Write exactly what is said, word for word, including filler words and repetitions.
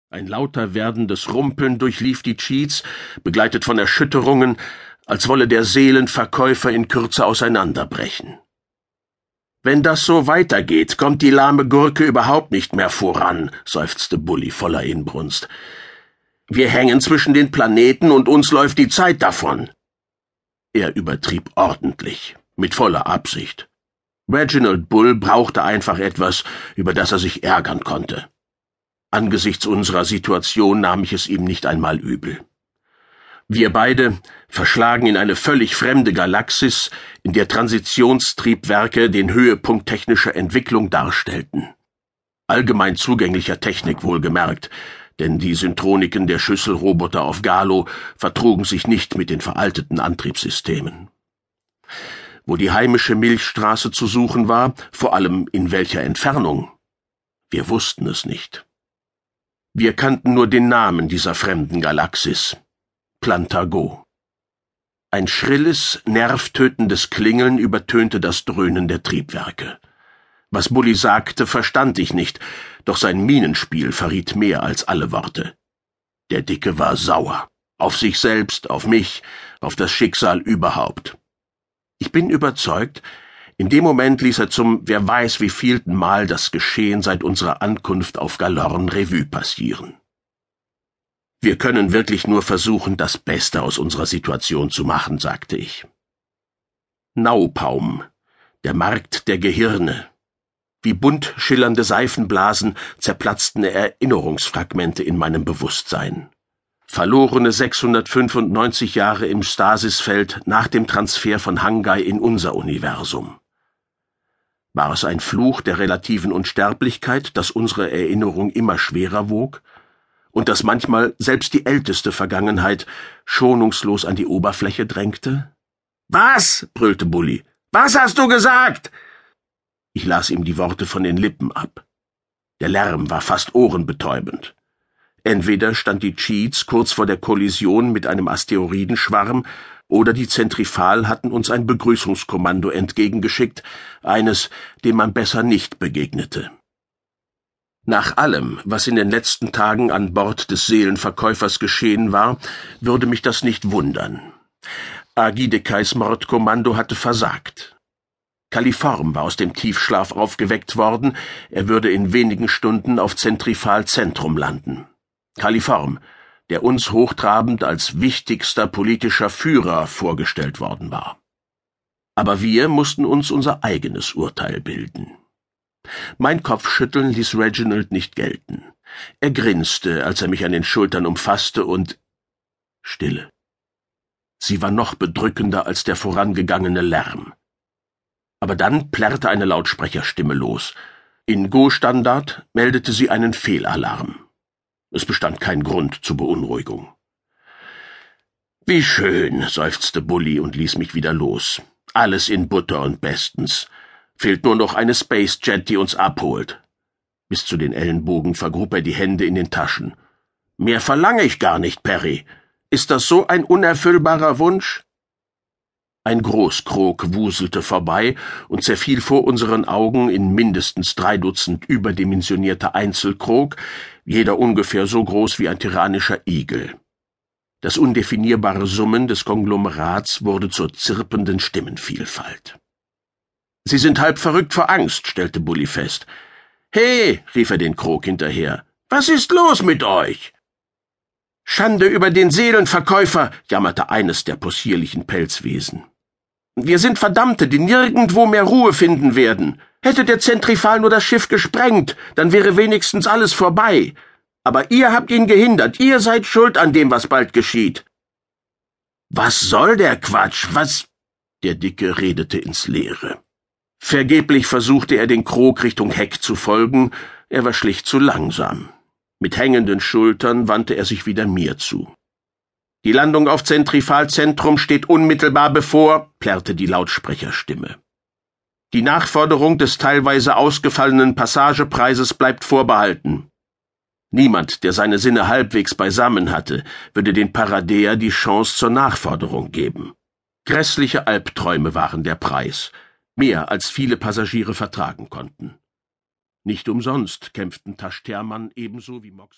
Ein lauter werdendes Rumpeln durchlief die Cheats, begleitet von Erschütterungen, als wolle der Seelenverkäufer in Kürze auseinanderbrechen. »Wenn das so weitergeht, kommt die lahme Gurke überhaupt nicht mehr voran«, seufzte Bully voller Inbrunst. »Wir hängen zwischen den Planeten und uns läuft die Zeit davon.« Er übertrieb ordentlich, mit voller Absicht. Reginald Bull brauchte einfach etwas, über das er sich ärgern konnte. Angesichts unserer Situation nahm ich es ihm nicht einmal übel. Wir beide, verschlagen in eine völlig fremde Galaxis, in der Transitionstriebwerke den Höhepunkt technischer Entwicklung darstellten. Allgemein zugänglicher Technik wohlgemerkt, denn die Syntroniken der Schüsselroboter auf Galo vertrugen sich nicht mit den veralteten Antriebssystemen. Wo die heimische Milchstraße zu suchen war, vor allem in welcher Entfernung? Wir wussten es nicht. Wir kannten nur den Namen dieser fremden Galaxis: Plantago. Ein schrilles, nervtötendes Klingeln übertönte das Dröhnen der Triebwerke. Was Bully sagte, verstand ich nicht, doch sein Mienenspiel verriet mehr als alle Worte. Der Dicke war sauer. Auf sich selbst, auf mich, auf das Schicksal überhaupt. Ich bin überzeugt, in dem Moment ließ er zum wer weiß wievielten Mal das Geschehen seit unserer Ankunft auf Galorn Revue passieren. »Wir können wirklich nur versuchen, das Beste aus unserer Situation zu machen«, sagte ich. Naupaum, der Markt der Gehirne. Wie bunt schillernde Seifenblasen zerplatzten Erinnerungsfragmente in meinem Bewusstsein. Verlorene sechshundertfünfundneunzig Jahre im Stasisfeld nach dem Transfer von Hangai in unser Universum. War es ein Fluch der relativen Unsterblichkeit, dass unsere Erinnerung immer schwerer wog und dass manchmal selbst die älteste Vergangenheit schonungslos an die Oberfläche drängte? »Was?« brüllte Bully. »Was hast du gesagt?« Ich las ihm die Worte von den Lippen ab. Der Lärm war fast ohrenbetäubend. Entweder stand die Cheats kurz vor der Kollision mit einem Asteroidenschwarm, oder die Zentrifal hatten uns ein Begrüßungskommando entgegengeschickt, eines, dem man besser nicht begegnete. Nach allem, was in den letzten Tagen an Bord des Seelenverkäufers geschehen war, würde mich das nicht wundern. Agidekais Mordkommando hatte versagt. Caliform war aus dem Tiefschlaf aufgeweckt worden, er würde in wenigen Stunden auf Zentrifal Zentrum landen. Caliform, der uns hochtrabend als wichtigster politischer Führer vorgestellt worden war. Aber wir mussten uns unser eigenes Urteil bilden. Mein Kopfschütteln ließ Reginald nicht gelten. Er grinste, als er mich an den Schultern umfasste, und Stille. Sie war noch bedrückender als der vorangegangene Lärm. Aber dann plärrte eine Lautsprecherstimme los. In Go-Standard meldete sie einen Fehlalarm. Es bestand kein Grund zur Beunruhigung. »Wie schön«, seufzte Bully und ließ mich wieder los. »Alles in Butter und bestens. Fehlt nur noch eine Spacejet, die uns abholt.« Bis zu den Ellenbogen vergrub er die Hände in den Taschen. »Mehr verlange ich gar nicht, Perry. Ist das so ein unerfüllbarer Wunsch?« Ein Großkrog wuselte vorbei und zerfiel vor unseren Augen in mindestens drei Dutzend überdimensionierte Einzelkrog, jeder ungefähr so groß wie ein tyrannischer Igel. Das undefinierbare Summen des Konglomerats wurde zur zirpenden Stimmenvielfalt. »Sie sind halb verrückt vor Angst«, stellte Bully fest. »He«, rief er den Krog hinterher, »was ist los mit euch?« »Schande über den Seelenverkäufer«, jammerte eines der possierlichen Pelzwesen. »Wir sind Verdammte, die nirgendwo mehr Ruhe finden werden. Hätte der Zentrifal nur das Schiff gesprengt, dann wäre wenigstens alles vorbei. Aber ihr habt ihn gehindert, ihr seid schuld an dem, was bald geschieht.« »Was soll der Quatsch, was?« Der Dicke redete ins Leere. Vergeblich versuchte er, den Krog Richtung Heck zu folgen, er war schlicht zu langsam. Mit hängenden Schultern wandte er sich wieder mir zu. »Die Landung auf Zentrifalzentrum steht unmittelbar bevor«, plärrte die Lautsprecherstimme. »Die Nachforderung des teilweise ausgefallenen Passagepreises bleibt vorbehalten.« Niemand, der seine Sinne halbwegs beisammen hatte, würde den Paradeer die Chance zur Nachforderung geben. Grässliche Albträume waren der Preis, mehr als viele Passagiere vertragen konnten. Nicht umsonst kämpften Tasch Terman ebenso wie Mox